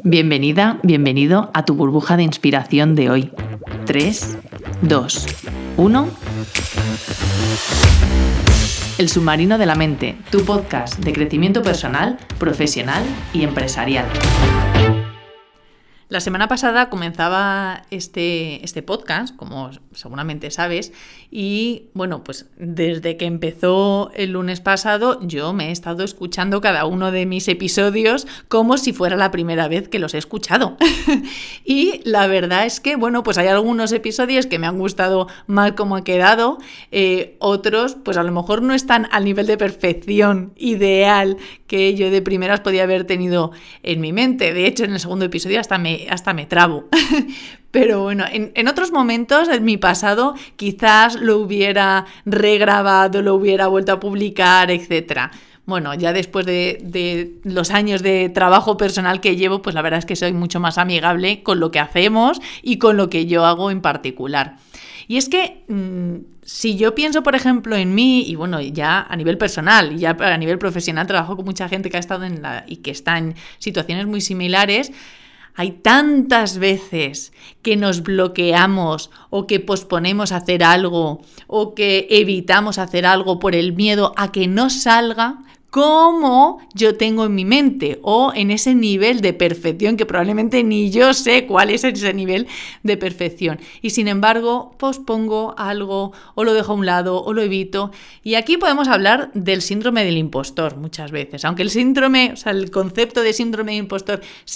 Bienvenida, bienvenido a tu burbuja de inspiración de hoy. 3, 2, 1. El submarino de la mente, tu podcast de crecimiento personal, profesional y empresarial. La semana pasada comenzaba este podcast, como seguramente sabes, y bueno, pues desde que empezó el lunes pasado yo me he estado escuchando cada uno de mis episodios como si fuera la primera vez que los he escuchado. Y la verdad es que, bueno, pues hay algunos episodios que me han gustado más como ha quedado, otros pues a lo mejor no están al nivel de perfección ideal que yo de primeras podía haber tenido en mi mente. De hecho, en el segundo episodio hasta me trabo. Pero bueno, en otros momentos en mi pasado quizás lo hubiera regrabado, lo hubiera vuelto a publicar, etc. Bueno, ya después de los años de trabajo personal que llevo, pues la verdad es que soy mucho más amigable con lo que hacemos y con lo que yo hago en particular. Y es que si yo pienso, por ejemplo, en mí, y bueno, ya a nivel personal y ya a nivel profesional trabajo con mucha gente que ha estado y que está en situaciones muy similares. Hay tantas veces que nos bloqueamos o que posponemos hacer algo o que evitamos hacer algo por el miedo a que no salga como yo tengo en mi mente o en ese nivel de perfección que probablemente ni yo sé cuál es ese nivel de perfección. Y sin embargo, pospongo algo o lo dejo a un lado o lo evito. Y aquí podemos hablar del síndrome del impostor muchas veces. Aunque el concepto de síndrome del impostor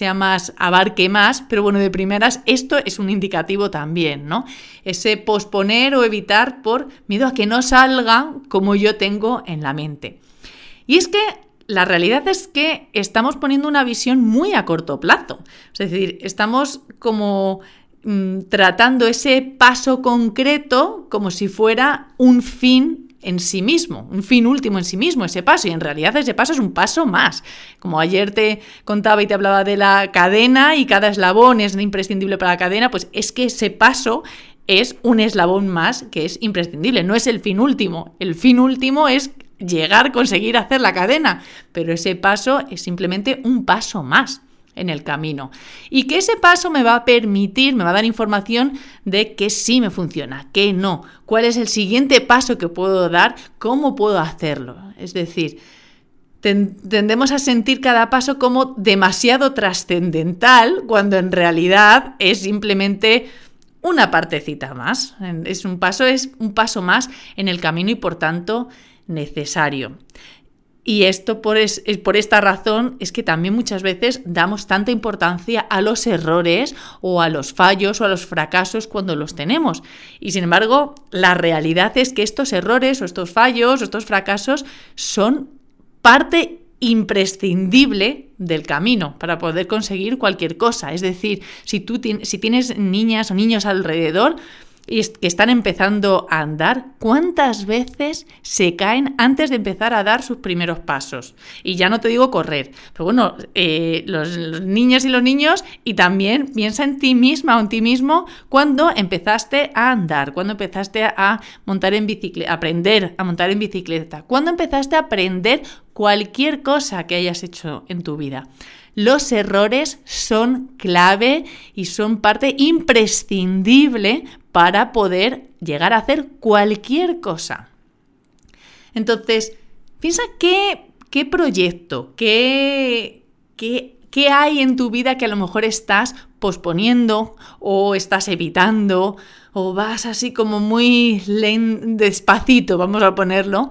abarque más, pero bueno, de primeras esto es un indicativo también, ¿no? Ese posponer o evitar por miedo a que no salga como yo tengo en la mente. Y es que la realidad es que estamos poniendo una visión muy a corto plazo. Es decir, estamos como tratando ese paso concreto como si fuera un fin en sí mismo, un fin último en sí mismo, ese paso. Y en realidad ese paso es un paso más. Como ayer te contaba y te hablaba de la cadena y cada eslabón es imprescindible para la cadena, pues es que ese paso es un eslabón más que es imprescindible. No es el fin último. El fin último es conseguir hacer la cadena, pero ese paso es simplemente un paso más en el camino. Y que ese paso me va a dar información de que sí me funciona, que no, cuál es el siguiente paso que puedo dar, cómo puedo hacerlo. Es decir, tendemos a sentir cada paso como demasiado trascendental cuando en realidad es simplemente una partecita más. Es un paso más en el camino y por tanto necesario. Y esto por esta razón es que también muchas veces damos tanta importancia a los errores o a los fallos o a los fracasos cuando los tenemos. Y sin embargo, la realidad es que estos errores o estos fallos o estos fracasos son parte imprescindible del camino para poder conseguir cualquier cosa. Es decir, si tienes niñas o niños alrededor y que están empezando a andar, ¿cuántas veces se caen antes de empezar a dar sus primeros pasos? Y ya no te digo correr, pero bueno, los niños y los niños, y también piensa en ti misma o en ti mismo cuando empezaste a andar, cuando empezaste a montar en bicicleta, aprender a montar en bicicleta, cuando empezaste a aprender cualquier cosa que hayas hecho en tu vida. Los errores son clave y son parte imprescindible para poder llegar a hacer cualquier cosa. Entonces, piensa qué proyecto, qué hay en tu vida que a lo mejor estás posponiendo o estás evitando o vas así como muy despacito, vamos a ponerlo,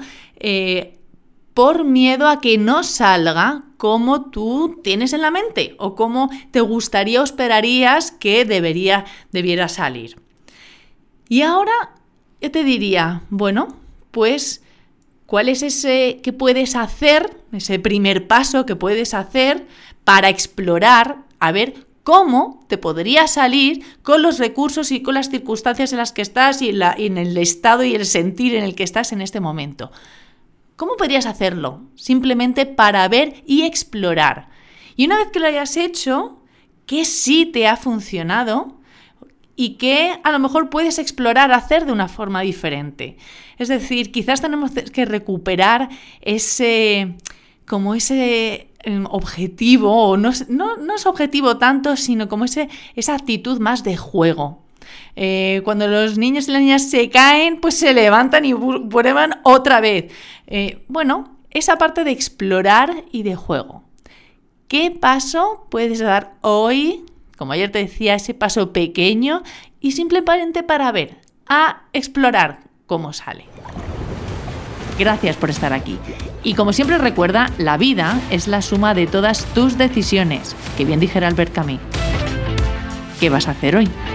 por miedo a que no salga como tú tienes en la mente o como te gustaría o esperarías que debiera salir. Y ahora yo te diría, bueno, pues, ¿cuál es ese que puedes hacer, ese primer paso que puedes hacer para explorar, a ver cómo te podría salir con los recursos y con las circunstancias en las que estás y en el estado y el sentir en el que estás en este momento? ¿Cómo podrías hacerlo? Simplemente para ver y explorar. Y una vez que lo hayas hecho, ¿qué sí te ha funcionado? Y qué a lo mejor puedes explorar hacer de una forma diferente. Es decir, quizás tenemos que recuperar ese objetivo, o no es objetivo tanto, sino como esa actitud más de juego. Cuando los niños y las niñas se caen, pues se levantan y prueban otra vez. Esa parte de explorar y de juego. ¿Qué paso puedes dar hoy? Como ayer te decía, ese paso pequeño y simplemente para ver, a explorar cómo sale. Gracias por estar aquí. Y como siempre recuerda, la vida es la suma de todas tus decisiones, que bien dijera Albert Camus. ¿Qué vas a hacer hoy?